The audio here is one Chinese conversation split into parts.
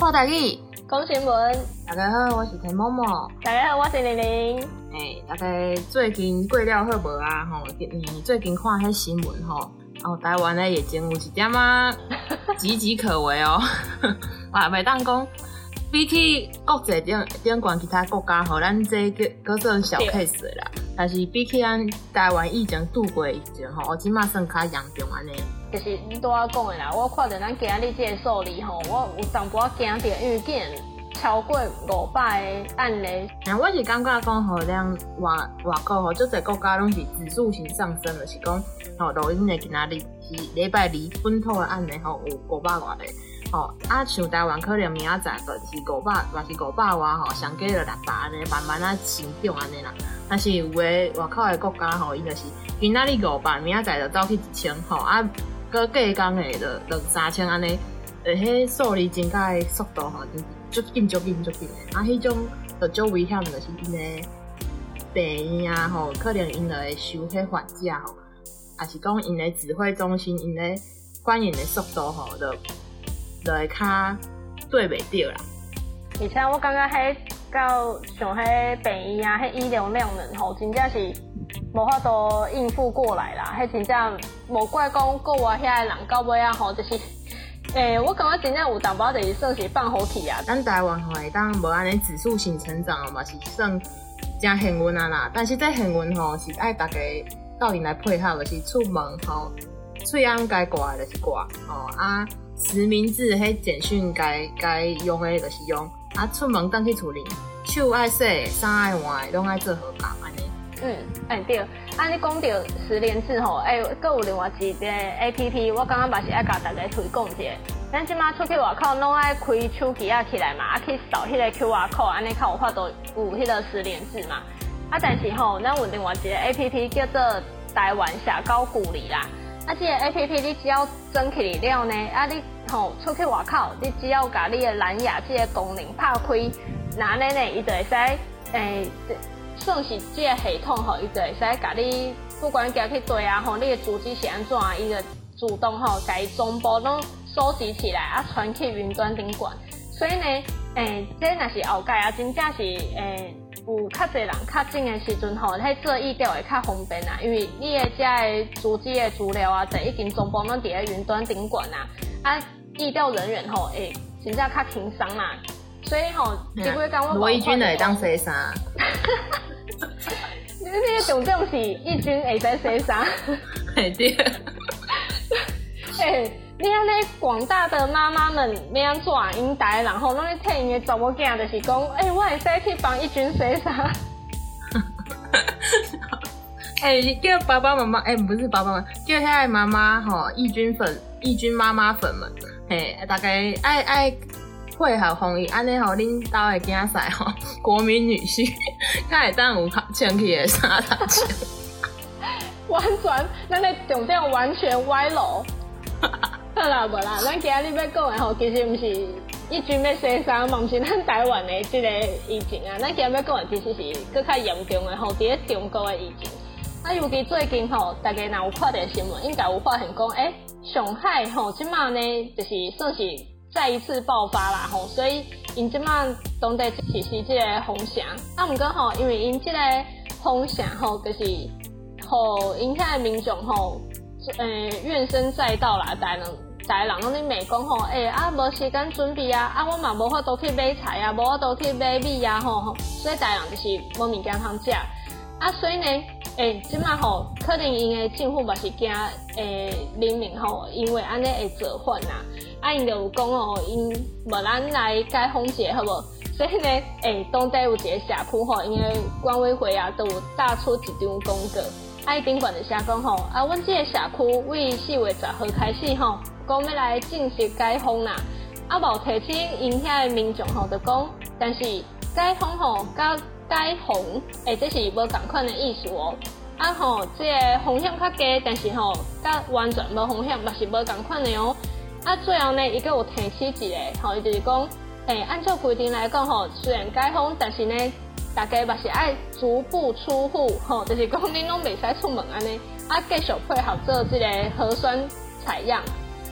说台语， 讲新闻。 大家好，我是田某某。 大家好，我是玲玲。 大家最近过了好无啊？最近看迄新闻台湾的疫情有一点岌岌可危哦。袂当讲比起国际顶悬其他国家咱这个算小 case 的啦。但是比起咱台湾疫情度过疫情即马算较严重安尼。 就是你拄仔讲的啦，我看到咱今日这个数字我有淡薄仔惊着，因为竟然超过500个案例。 我是感觉讲咱外国足侪国家拢是指数型上升的，是讲录音的今仔日是礼拜2本土的案例有500外个。像台湾可能明仔载就是500，或是500外上加就600安尼，慢慢成长安尼啦。但是有的外口的国家伊就是今仔日500，明仔载就走去1000搁过工的就2-3千安尼，迄数字增加的速度足紧的。迄种就足危险的，就是因的病院可能因就会收迄患者还是讲因的指挥中心因的管理的速度就会较对袂着啦。 而且我感觉迄到像迄病院迄医疗量能真正是无法度应付过来啦。迄真正无怪讲国外遐人到尾就是我感觉真正有淡薄就是算是放火气啊。 咱台湾会当无安尼指数型成长嘛是算真幸运啊啦。但是这幸运是爱大家斗阵来配合，就是出门喙安该挂的就是挂实名制迄简讯该用的就是用出门当去厝里手爱洗衫爱换拢爱做好工安尼。 对。你讲到实联制搁有另外一个 APP， 我感觉嘛是爱甲大家推广一下。咱即马出去外口拢爱开手机起来嘛，去扫迄个 QR code， 安尼较有法度有迄个实联制嘛。但是咱有另外一个 APP 叫做台湾社交鼓励啦。这个 APP 你只要装起来了呢，你出去外口，你只要把你的蓝牙这个功能拍开，那呢，伊就会使算是这个系统伊就会使甲你不管行去对你的主机是安怎，伊就自动甲伊全部拢收集起来传去云端顶管。所以呢，这若是后盖真正是有较侪人较近的时阵迄做疫调会较方便啦，因为你的这个主机的资料就已经全部拢伫咧云端顶管啦。疫调人员会真正较轻松啦。所以这几工我罗义军会当洗衫。 你个重点是义军会使洗衫。 对。 你安尼广大的妈妈们要安怎？因大个人拢咧替因的查某囝，就是讲，我会使去帮义军洗衫。 叫爸爸妈妈，不是爸爸妈妈，叫遐个妈妈义军妈妈粉们，大家爱配合防疫，安尼恁家的囝婿国民女婿，较会当有穿起的衫通穿。 完全，咱的重点完全歪楼。好啦，无啦，咱今日要讲的其实毋是义军要洗衫，嘛毋是咱台湾的这个疫情啊。咱今日要讲的其实是更较严重的伫咧中国的疫情。尤其最近大家若有看到新闻，应该有发现讲，上海即马呢就是算是再一次爆发啦所以因即马当地实施这个封城。不过因为因这个封城就是因遐的民众怨声载道啦，大人拢咧骂讲无时间准备我嘛无法度去买菜无法度去买米所以大人就是无物件通食所以呢，即马可能因的政府嘛是惊人民因为安尼会造反因就有讲因无咱来解封一下好无？所以呢，当地有一个社区因为管委会都有打出一张公告。顶管就写讲阮这个社区为4月10号开始讲要来正式解封啦。无提醒因遐的民众就讲，但是解封甲解封这是无同款的意思这个风险较低，但是甲完全无风险嘛是无同款的最后呢，伊阁有提起一个伊就是讲按照规定来讲虽然解封，但是呢大家嘛是爱足不出户就是讲恁拢袂使出门安尼继续配合做这个核酸采样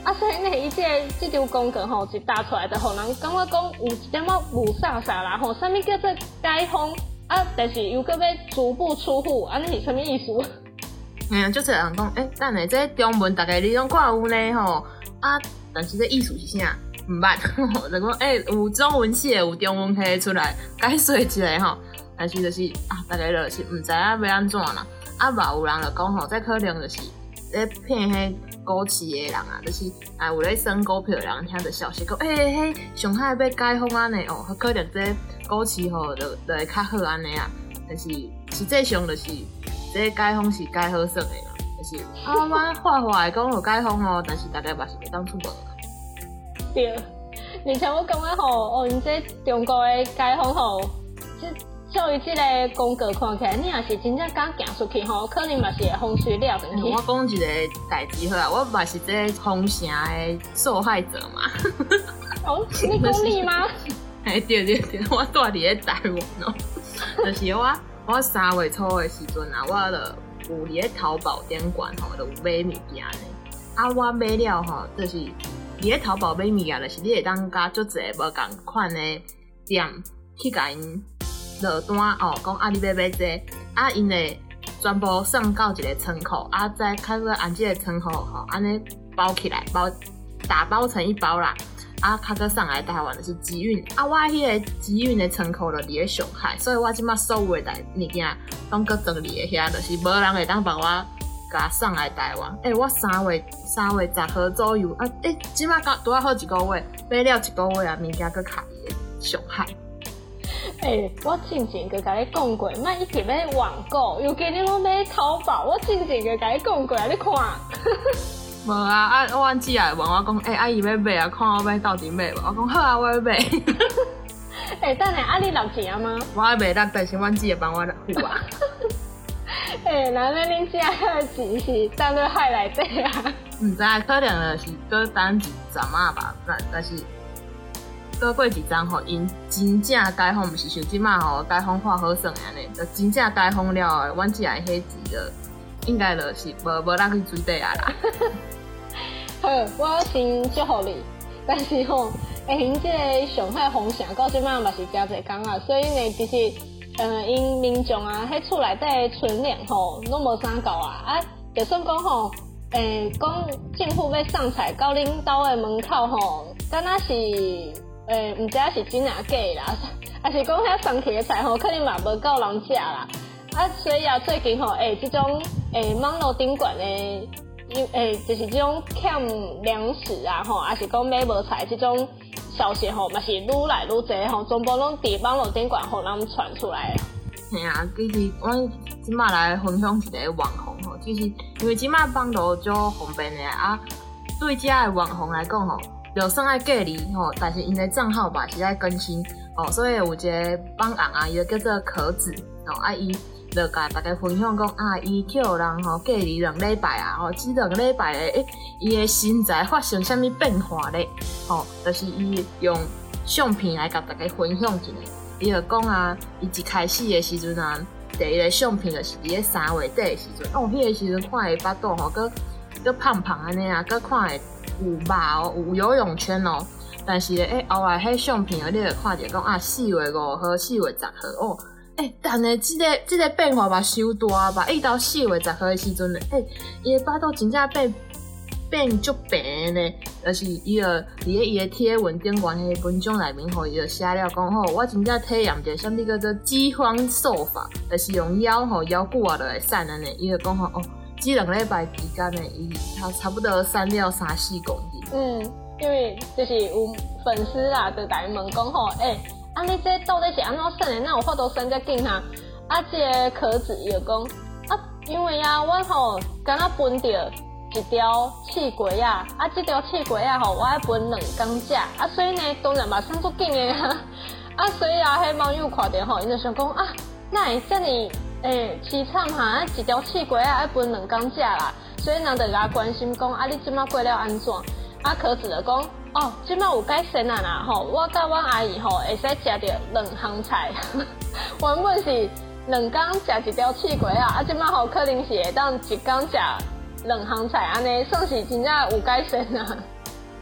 所以呢，伊这张广告吼一打出来，就互人感觉讲有一点仔无飒飒啦吼，啥物叫做解封啊？但是又搁要足不出户，安尼是啥物意思？ 就是人讲，等下这中文大概你拢看有呢吼，但是这意思是啥？毋捌，就讲有中文系的，有中文系出来解说一下吼，但是就是大概就是毋知影要安怎啦。嘛有人就讲吼，这可能就是咧骗迄股市的人啊，就是有咧升股票的人听到消息讲，迄上海要解封安尼哦，可能这股市吼就会较好安尼啊。但是实际上就是这解封是解好耍的啦，就是我画的讲有解封哦，但是大家嘛是袂当出门。 对，而且我感觉吼，因这中国的解封吼，照伊这个广告看起来，你若是真正敢行出去吼，可能嘛是会风水了转去。 我讲一个代志好啊，我嘛是这封城的受害者嘛。 你讲你吗？ 对，我住伫咧台湾哦，就是我3月初的时阵啊，我就有伫咧淘宝店馆吼，就有买物件呢。我买了吼，就是。伫咧淘寶買物件，就是你會當甲足濟無共款的店去甲因落單講你要買這個，因會全部送到一個倉庫，再開始按這個倉庫安尼包起來，打包成一包啦，較個送來台灣就是集運，我迄個集運的倉庫就伫咧上海，所以我即馬所有的物件攏閣整理喺遐，就是無人會當幫我。甲送來台灣，我3月10號左右，即馬拄好一個月，買了一個月啊，物件閣卡喺上海。 我之前佮甲你講過，莫一直買網購，尤其你攏買淘寶，我之前佮甲你講過啊，你看。 無啊，阮姊也問我講，阿姨要買啊，看我買到底買無？我講好啊，我要買。 等下，你落錢啊嗎？ 我還袂落，但是阮姊會幫我付啊。 那恁遮遐錢是等咧海內底啊？ 毋知可能就是搁等一陣啊吧，但是搁過一陣吼，因真正解封，毋是像即馬吼解封化好耍安尼，就真正解封了的，阮遮的迄錢就應該就是無落去水底啊啦。 好，我先祝福你，但是吼，因即個上海封城到即馬嘛是真濟工啊，所以呢，其實。因民众啊，迄厝内底存粮吼，拢无啥够啊！就算讲吼，讲政府要送菜到恁兜的门口吼，敢若是毋知影是真啊假啦，还是讲遐送去的菜吼，可能嘛无够人食啦。所以最近吼，即种网络顶管的，就是这种欠粮食啊吼，还是讲买无菜这种。消息吼嘛是愈来愈侪吼，全部拢伫网络顶管互人传出来啊。 嘿啊，其实阮即马来分享一个网红吼，其实因为即马网络足方便的对遮的网红来讲吼，就算爱隔离吼，但是因的账号嘛是在更新所以有一个网红伊就叫做可子伊就甲大家分享讲伊叫人隔离2禮拜這2禮拜咧，伊的身材發生啥物變化咧？就是伊用相片來甲大家分享一下。伊就講伊一開始的時陣第一個相片就是伫咧3月底的時陣，迄個時陣看伊巴肚佮胖胖安尼佮看會有肉有游泳圈但是後來迄相片你就看着講4月5號、4月10號但係這個變化嘛傷大吧？一到4月10號的時陣伊的巴肚真正變足平呢，就是伊個伫咧伊的貼文頂懸迄文章內面，伊就寫了講我真正體驗一個啥物叫做饥荒瘦法，就是用腰骨就會瘦安尼。伊就講這2禮拜期間呢，伊差不多瘦了3-4公斤。 因為就是有粉絲啦，就來問講你這到底是安怎瘦的？哪有法度瘦遮緊哈？這個可子伊就講因為我敢若分着一條刺膾這條刺膾我要分2工食所以呢，當然嘛瘦足緊的所以迄網友看到因就想講哪會這麼淒慘哈？一條刺膾要分2工食啦，所以人就來關心講你即馬過了安怎？可子就講即馬有改善啦我甲阮阿姨會使食着2項菜，原本是2工食1條刺膾即馬可能是會當1工食2項菜，安尼算是真正有改善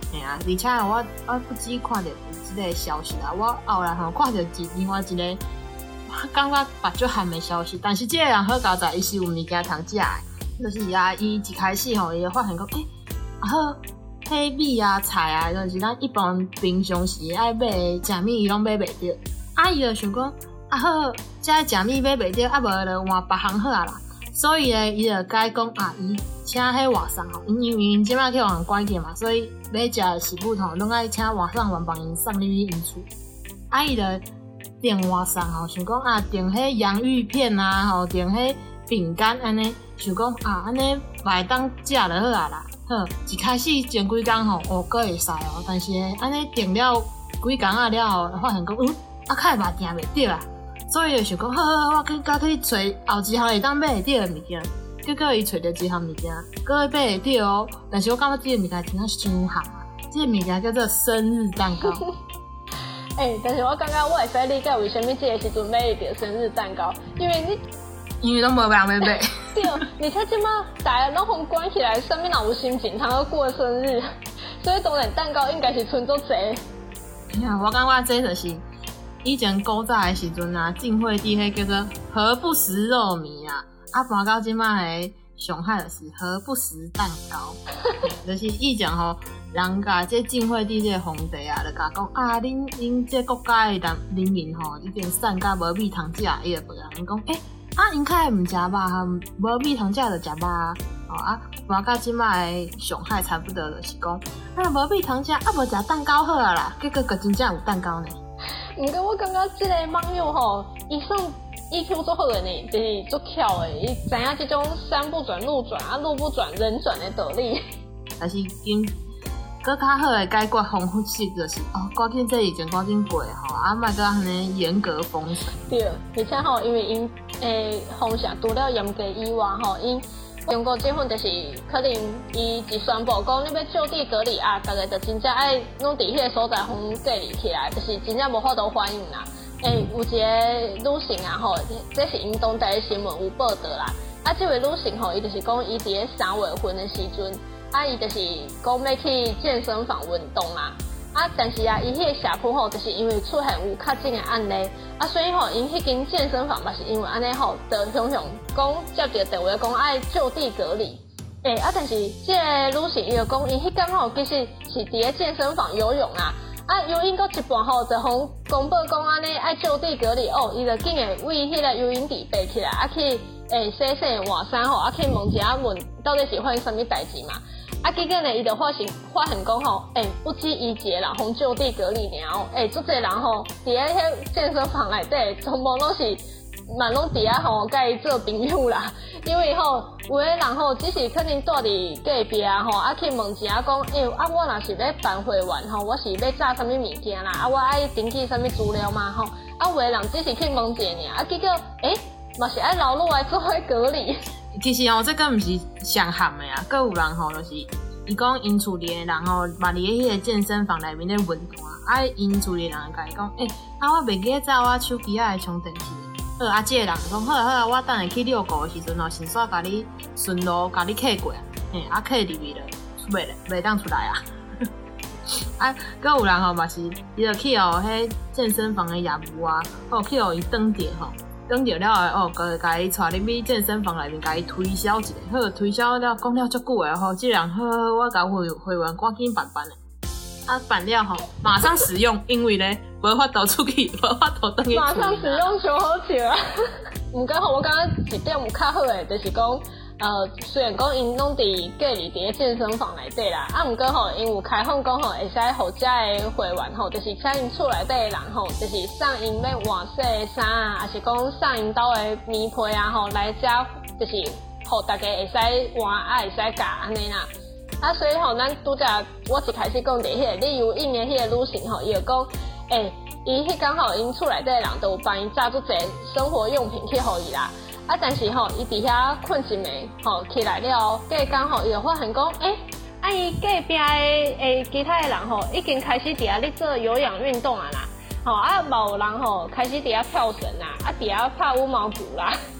嘿啊，而且我不止看到即个消息啦，我后来吼看到另外一个，我感觉目睭含的消息，但是即个人好搞在，伊是有物件通食的，就是伊一开始吼，伊就发现讲，好，迄米啊菜啊，就是咱一般平常时爱买的食米，伊拢买袂着，伊就想讲，好，这食米买袂着，无就换别项好啊啦。所以咧，伊就改讲伊请迄外送吼，因为因即摆去互人关起嘛，所以要食的食物吼，拢爱请外送员帮因送入去因厝。伊就订外送吼，想讲订迄洋芋片啊，吼订迄饼干安尼，想讲安尼买当食就好啊啦。好，一开始前几工吼，阁会使哦，但是安尼订了几工了后，发现讲较会嘛订袂着啊。所以就想讲，好，我去找后一项会当买会着的物件。结果伊找到一项物件，阁会买会着哦。但是我感觉这个物件真啊伤行啊！这个物件叫做生日蛋糕。 但是我感觉我会使理解为什么这个时阵买会着生日蛋糕，因为拢无人要买。 对，而且即马大家拢互关起来，啥物若有心情通去过生日，所以当然蛋糕应该是存足侪。 我感觉这就是以前古早的时阵晋惠帝迄叫做何不食肉糜啊，搬到即摆的上海就是何不食蛋糕，就是以前吼人甲这晋惠帝这个皇帝就甲讲恁这国家的人民吼已经瘦甲无米通食，伊就问人讲因较毋食肉，无米通食就食肉啊。搬到即摆的上海差不多就是讲无米通食，无食蛋糕好啊啦，结果真正有蛋糕呢。 毋过我感觉即个网友吼，伊算 EQ 做好的呢，就是做巧的，伊知影即种山不转路转路不转人转的道理。 但是更较好的解决方式就是赶紧这疫情赶紧过吼，莫搁安尼严格封城。 对，而且吼，因为因封城除了严格以外吼，因中国政府就是可能伊一宣布讲你要就地隔离大家就真正爱拢伫迄个所在封隔离起来，就是真正无法度反应啦。有一个女性吼，这是因当地的新闻有报道啦。这位女性吼，伊就是讲伊伫咧3月份的时阵，伊就是讲要去健身房运动啦。但是伊迄个社区吼，就是因为出现有确诊的案例，所以吼，因迄间健身房嘛是因为安尼吼，就向讲接到电话讲爱就地隔离。但是这个女性伊就讲，伊迄天吼其实是伫咧健身房游泳游泳到一半吼，就互公布讲安尼爱就地隔离伊就竟然为迄个游泳池爬起来，去洗换衫吼，去问一下问到底是发生啥物代志嘛？结果呢，伊就发现讲吼，不止伊一个人互就地隔离尔足侪人吼，伫咧迄健身房内底，全部拢是嘛拢伫遐吼，甲伊做朋友啦。因为吼，有的人吼，只是可能住伫隔壁吼，去问一下讲，我若是要办会员吼，我是要炸啥物物件啦，我爱登记啥物资料嘛吼，有的人只是去问一下尔，结果嘛是爱留落来做伙隔离。 其实这个毋是上喊的还有人吼，就是伊讲因厝里的人吼，嘛伫迄个健身房内面咧运动因厝里的人甲伊讲，我袂记得走我手机的充电器。好，这个人讲好，我等下去遛狗的时阵先煞甲你顺路甲你客过客入去了，袂当出来还有人吼嘛是，伊就去迄健身房的业务去伊登记登着了甲伊带入去健身房内面，甲伊推销一下。好，推销了讲了足久的这人好，我甲会员赶紧办的。办了马上使用，因为咧无法度出去，无法度登去。 马上使用就好笑啊！毋过我感觉一点有较好的，就是讲虽然讲因拢伫隔离伫健身房内底啦，毋过因有开放讲会使互遮的会员就是请因厝内底的人就是送因要换洗的衫还是讲送因兜的棉被来遮，就是互大家会使换会使夹安尼啦。所以咱拄则我一开始讲伫迄个旅游印的迄个女性伊就讲，伊迄天因厝内底的人都有帮伊炸足侪生活用品去互伊啦。但是伊伫遐困一暝起来了隔天伊就发现讲，伊隔壁的其他的人已经开始伫遐咧做有氧运动啦。嘛有人开始伫遐跳绳啦，伫遐拍羽毛球啦。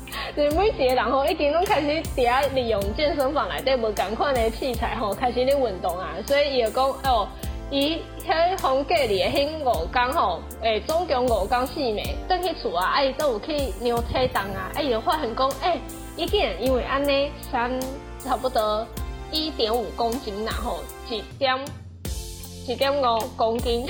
就是每一个人吼，已经拢开始伫遐利用健身房内底无共款的器材吼，开始咧运动啊，所以伊就讲哦，伊迄放假日的迄5天吼，总共5天4暝，转去厝啊，伊都有去量体重啊，伊就发现讲，伊竟然因为安尼差不多1.5公斤啦吼，1.5公斤。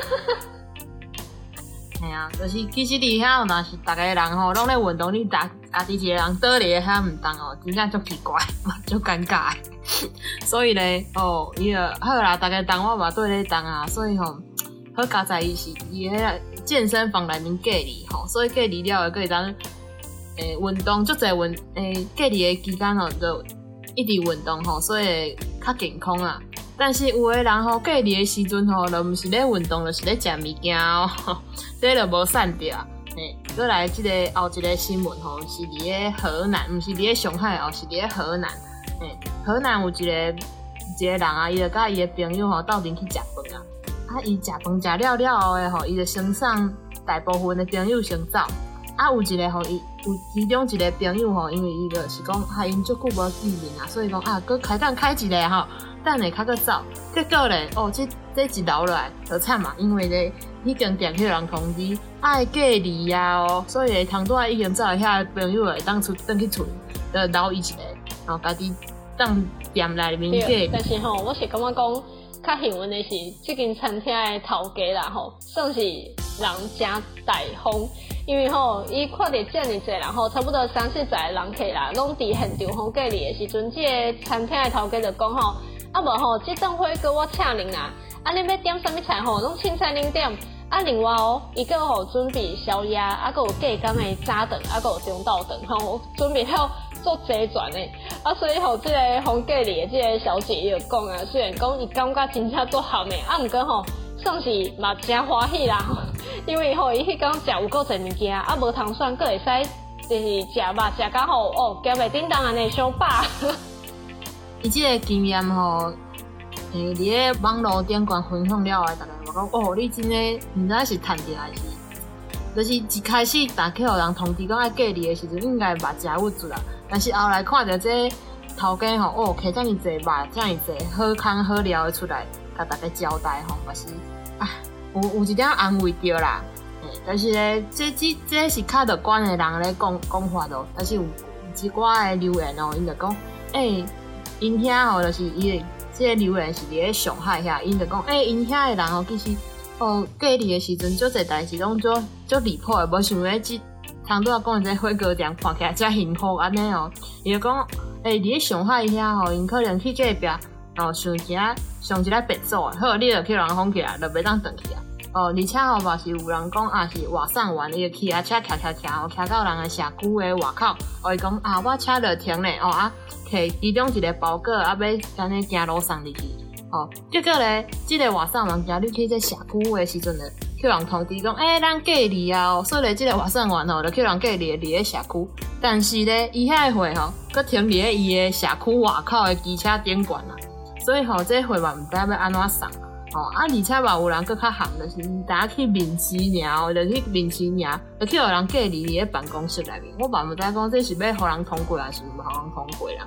系啊，就是其实伫遐若是逐个人吼拢咧运动，你家己一个人倒咧遐毋动哦，真正足奇怪，足尴尬。所以咧，伊就好啦，逐个动我嘛对咧动啊，所以吼，好加在伊是伊迄健身房内面隔离吼，所以隔离了会当运动足侪隔离的期间吼就一直运动吼，所以会较健康啊。但是有的人吼隔离的时阵吼，就毋是咧运动，就是咧食物件哦，这就无散掉。再来即个后一个新闻吼，是伫咧河南，毋是伫咧上海哦，是伫咧河南。河南有一个人啊，伊就甲伊的朋友吼斗阵去食饭啊。伊食饭食了后的吼，伊就先送大部分的朋友先走。有一个吼，伊有其中一个朋友吼，因为伊就是讲，因足久无见面啊，所以讲搁开一个吼。等下较搁走，结果咧，这一留落来就惨嘛，因为咧已经电去人通知爱隔离啊所以通拄已经走的遐朋友会当去厝，就留伊一个，然后家己当店内面隔离。 但是吼，我是感觉讲，较幸运的是，这间餐厅的头家啦吼，算是人真大方，因为吼，伊看到遮尔济人吼，差不多30-40个人客啦，拢伫现场隔离的时阵，这个餐厅的头家就讲吼。无吼，这顿火锅我请您啦。恁要点啥物菜吼，拢凊彩恁点。另外伊阁吼准备宵夜，阁有隔天的早顿，阁有中昼顿，吼准备了做齐全的。所以吼，这个红隔离的这个小姐就讲啊，虽然讲伊感觉真正足合的，毋过吼算是嘛真欢喜啦。因为吼伊迄天食有够侪物件，无通选，阁会使就是食肉食甲好夹袂叮当安尼伤饱。 伊即个经验吼，伫咧网络顶悬分享了后，大家话讲你真诶，毋知是趁着还是，就是一开始大家互人通知讲爱隔离的时阵，应该肉食有足啦。但是后来看着这头家吼，摕遮尔济肉，遮尔济好康好料的出来，甲大家交代吼，嘛是有一点安慰着啦。但是咧，这是较乐观的人咧讲法咯。但是有一寡的留言因就讲因遐吼，就是伊的即个留言是伫咧上海遐，因就讲因遐的人吼，其实隔离的时阵，足侪代志拢足离谱的，无想到通拄仔讲的这火锅店看起来遮幸福安尼伊就讲伫咧上海遐吼，因可能去隔壁上一个别墅的，好，你就去人封起来，就袂当转去啊。而且嘛是有人讲是外送员，伊就骑车骑到人的社区的外口，伊讲我车就停咧摕其中一个包裹要安尼行路送入去，结果咧，这个外送员行入去这社区的时阵咧，叫人通知讲，咱隔离啊，所以这个外送员就叫人隔离伫咧社区，但是咧，伊遐的货佮停伫咧伊的社区外口的机车顶悬啦，所以这货嘛毋知要安怎送。而且嘛有人搁较行，就是大家去面试尔，就去面试尔，就去互人隔离伫咧办公室内面。我嘛毋知讲这是要互人通过，还是毋互人通过啦。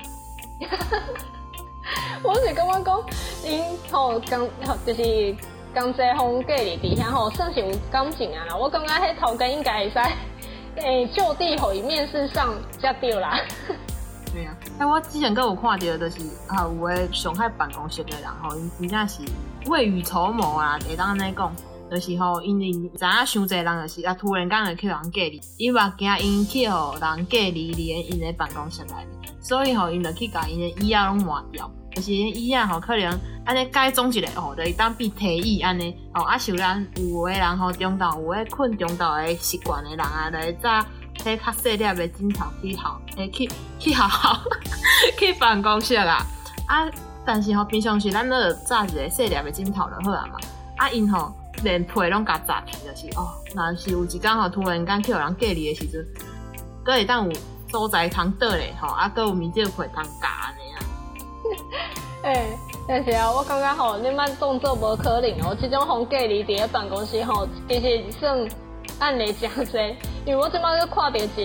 我是感觉讲，因就是刚这方隔离底下算是有感情啊啦。我感觉迄头家应该会使就地互伊面试上才对啦。 对啊，我之前佫有看到，就是有诶上海办公室的人因真正是未雨绸缪啦，会当安尼讲，就是因为知影伤侪人就是突然间就去人隔离，伊嘛惊因去互人隔离伫因诶办公室内面，所以因就去甲因诶椅仔拢换掉，就是椅仔可能安尼改装一下就当变梯椅安尼像咱有诶人中昼有诶困中昼诶习惯诶人就会早。迄较细粒的枕头去去办公室啦。但是平常时咱就炸一个细粒的枕头就好啊嘛。因连被拢甲炸去，就是若是有一天突然间去互人隔离的时阵，佫会当有所在通倒咧佫有面罩被通夹安尼啊。 但是我感觉你莫当作无可能这种风隔离伫咧办公室其实算。按例真济，因为我即摆去看到一个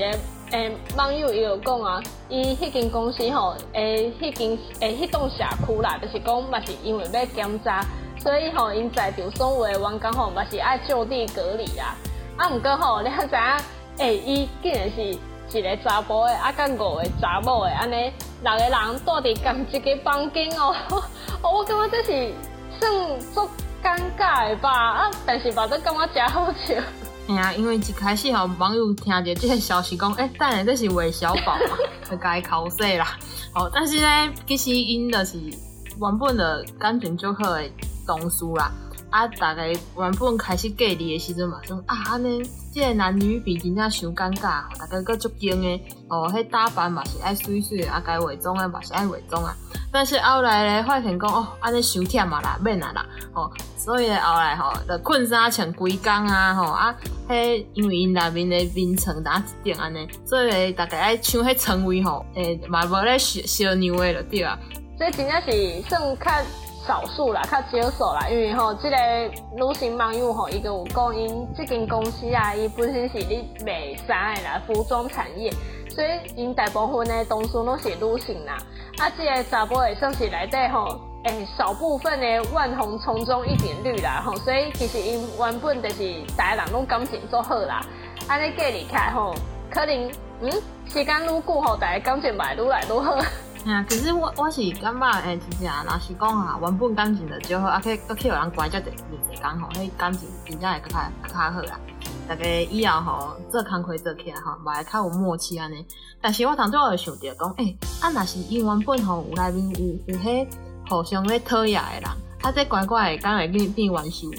网友伊有讲啊，伊迄间公司吼，迄栋社区啦，就是讲嘛是因为要检查，所以吼因在场所有的员工吼嘛是爱就地隔离啦。啊，毋过吼，你知影，伊竟然是一个查甫的，啊，甲5个查某的，安尼6个人住伫同一个房间哦。我感觉这是算足尴尬的吧？啊，但是嘛，都感觉真好笑。 哎呀，因为一开始吼网友听着这个消息讲，等下这是韦小宝嘛，就甲伊口说啦。但是呢，其实因就是原本的感情足好的同事啦。大家原本开始隔离的时阵嘛，说安尼，这个男女比真正伤尴尬，大家搁足惊的。迄打扮嘛是爱水水的，该伪装的嘛是爱伪装啊。但是后来咧发现讲，安尼伤忝啊啦，免啊啦，所以后来就困衫穿规工啊，迄因为因内面的面床打一顶安尼，所以大家爱抢迄床位嘛无咧烧娘的就对啊。 这真正是算较少数啦，较少数啦，因为这个女性网友伊个有讲，因这间公司啊，伊本身是咧卖衫的啦，服装产业，所以因大部分的同事拢是女性啦。这个查甫会算是内底少部分的万红丛中一点绿啦，所以其实因原本就是大家人拢感情足好啦，安尼隔离起来可能时间愈久大家感情嘛愈来愈好。 其实我是感觉真正若是讲原本感情就少好，去有人关遮尼济工迄感情真正会较好啦。大家以后做工课做起来嘛会较有默契安尼。但是我当初我就想着讲，若是因原本有内面有迄互相咧讨厌的人，这乖乖的敢会变冤仇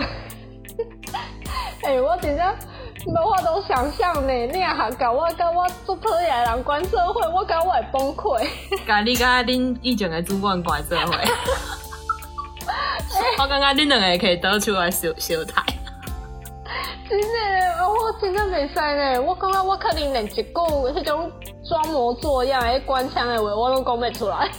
人？ 我真正无法度想象呢，你若甲我做讨厌的人关做伙，我感觉我会崩溃。 甲你甲恁以前的主管关做伙，我感觉恁两个可以倒出来相杀。 真的，我真正袂使呢。我感觉我可能连一句迄种装模作样的官腔的话，我拢讲袂出来。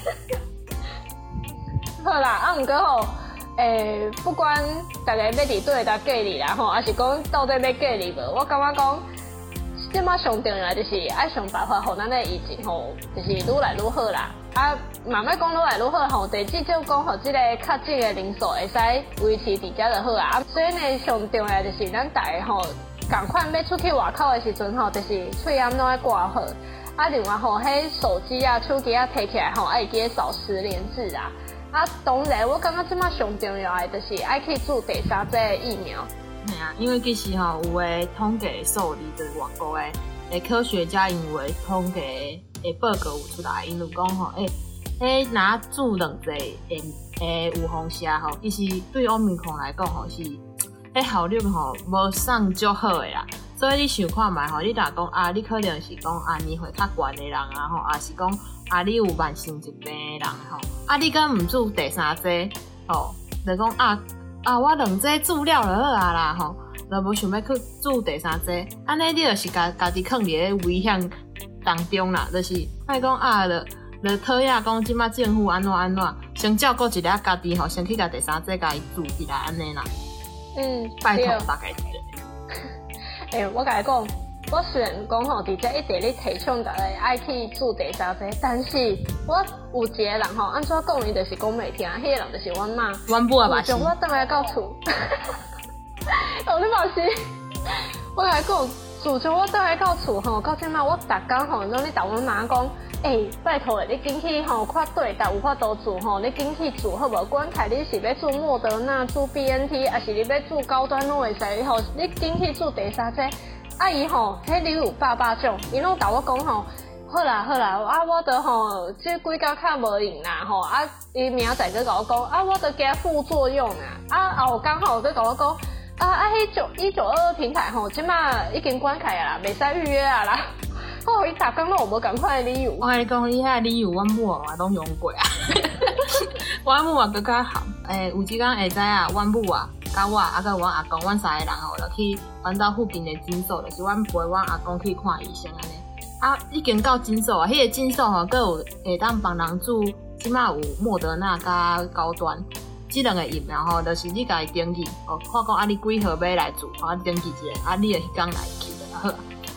好啦，毋过不管大家要伫对搭隔离啦还是讲到底要隔离无，我感觉讲，即马上重要就是爱想办法，互咱的疫情就是愈来愈好啦。慢慢讲愈来愈好第至少讲即个确诊的人数会使维持伫遮就好啊。所以呢，上重要就是咱大家赶快要出去外口的时阵就是喙暗拢爱挂好。另外迄手机手机摕起来爱记得扫10连制啊。当然，我感觉即马上重要的就是爱去注第3剂的疫苗。 因为其实有诶统计数字就是外国诶科学家因为统计诶报告有出来，因为讲若注2剂诶有风险其实对欧米克来讲是效率无算足好诶啦。所以你想看觅你若讲你可能是讲年岁较悬诶人也是讲你有慢性疾病诶人你敢毋注第3剂就讲我2剂注了就好啦就无想要去注第3剂，安尼你就是家己囥伫咧危险当中啦，就是莫讲就讨厌讲即马政府安怎，先照顾一下家己先去甲第3剂甲伊注起来安尼啦。拜托大家我甲你讲，我虽然讲伫遮一直咧提倡大家爱去注第3剂，但是我有一个人安怎讲伊就是讲袂听，迄个人就是阮妈。 阮母也嘛是。 从我倒来到厝，你嘛是。我甲你讲，自从我倒来到厝到即摆我逐工拢咧甲阮妈讲，拜托你紧去看对搭有法度住你紧去住好无？管看你是要住莫德纳、住 BNT， 还是你要住高端拢会使你紧去住第3剂。伊迄里有800种，伊拢甲我讲好啦，我都即几工较无用啦伊明仔载佮我讲我都惊副作用后刚好佮我讲迄1922平台即马已经关开啦，袂使预约啦。伊逐工拢有无共款的理由。 我跟你讲，你遐理由，阮母嘛拢用过阮母更较好。有一天会知阮母甲我佮阮阿公，阮3个人就去阮兜附近的诊所，就是阮陪阮阿公去看医生安尼。已经到诊所迄个诊所佮有会当帮人注，即马有莫德纳甲高端。这2个疫苗就是你家己登记看讲你几号要来注，登记一下，你就迄天来去就好。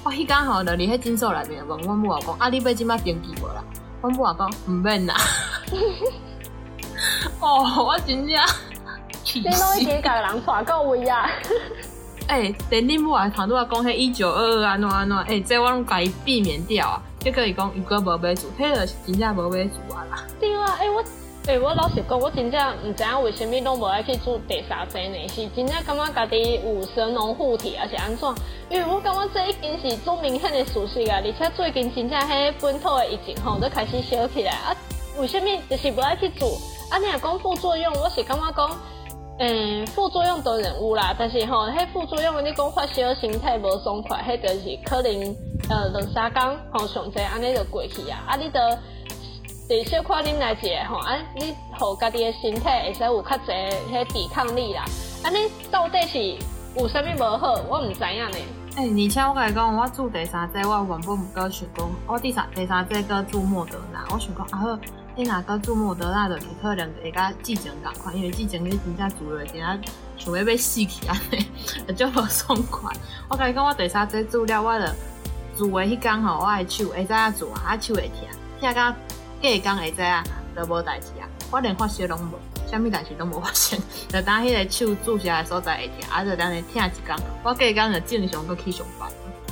我迄天吼，就伫迄诊所内面问阮母老公，啊，你要即摆登记无啦？阮母老公毋免啦。哦，我真正气死！ 你拢已经甲人带到位啊！ 等恁母啊，头拄仔讲迄1922安怎，这我拢家己避免掉啊。结果伊讲伊佫无买厝，迄个是真正无买厝啊啦。 对啊，我老实讲，我真正毋知影为虾米拢无爱去做第三者呢？是真正感觉家己有神农护体，还是安怎？因为我感觉这已经是足明显的事实啊，而且最近真正迄本土的疫情吼，都开始烧起来啊。为虾米就是无爱去做？啊，你若讲副作用，我是感觉讲。副作用当然有啦，但是吼，迄副作用你讲发烧、身体无爽快，迄就是可能2-3天吼上济安尼就过去啊。啊，你著小可啉来一下吼，啊，你互家己的身体会使有较侪迄抵抗力啦。安尼到底是有啥物无好？我毋知影呢。 而且我甲你讲，我做第三剂，我原本毋过想讲，我第三剂搁做莫德纳，我想讲啊好。你若搁做莫德纳就可能会甲季前共款，因为季前你真正做落，真正想要死去安尼，就无爽快。我甲你讲，我第三剂做了，我就做的迄天吼，我的手会知影做啊，手会疼到隔一天会知影就无代志啊。我连发烧拢无，啥物代志拢无发生，就当迄个手注射的所在会疼，啊就当你疼一天，我隔一天就正常搁去上班。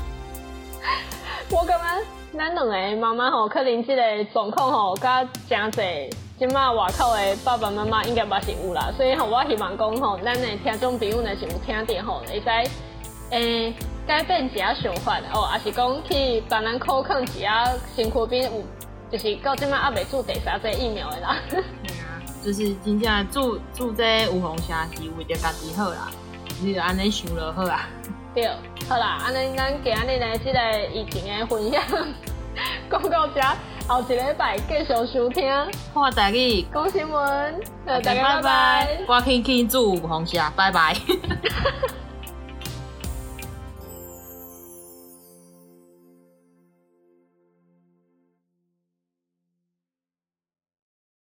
我感觉。咱两个妈妈吼，可能即个状况吼，甲真侪即马外口的爸爸妈妈应该嘛是有啦，所以吼，我希望讲吼，咱的听众朋友若是有听到吼，会使改变一下想法哦，还是讲去帮咱考抗一下身躯边有，就是到即马还未做第三剂疫苗的啦。 就是真正做这有风险是为着家己好啦，你就安尼想就好啊。 对，好啦，安尼咱今日呢，即个疫情的分享讲到这，后一礼拜继续收听。 看台语， 讲新闻， 大家拜拜。我去做有风险，拜拜。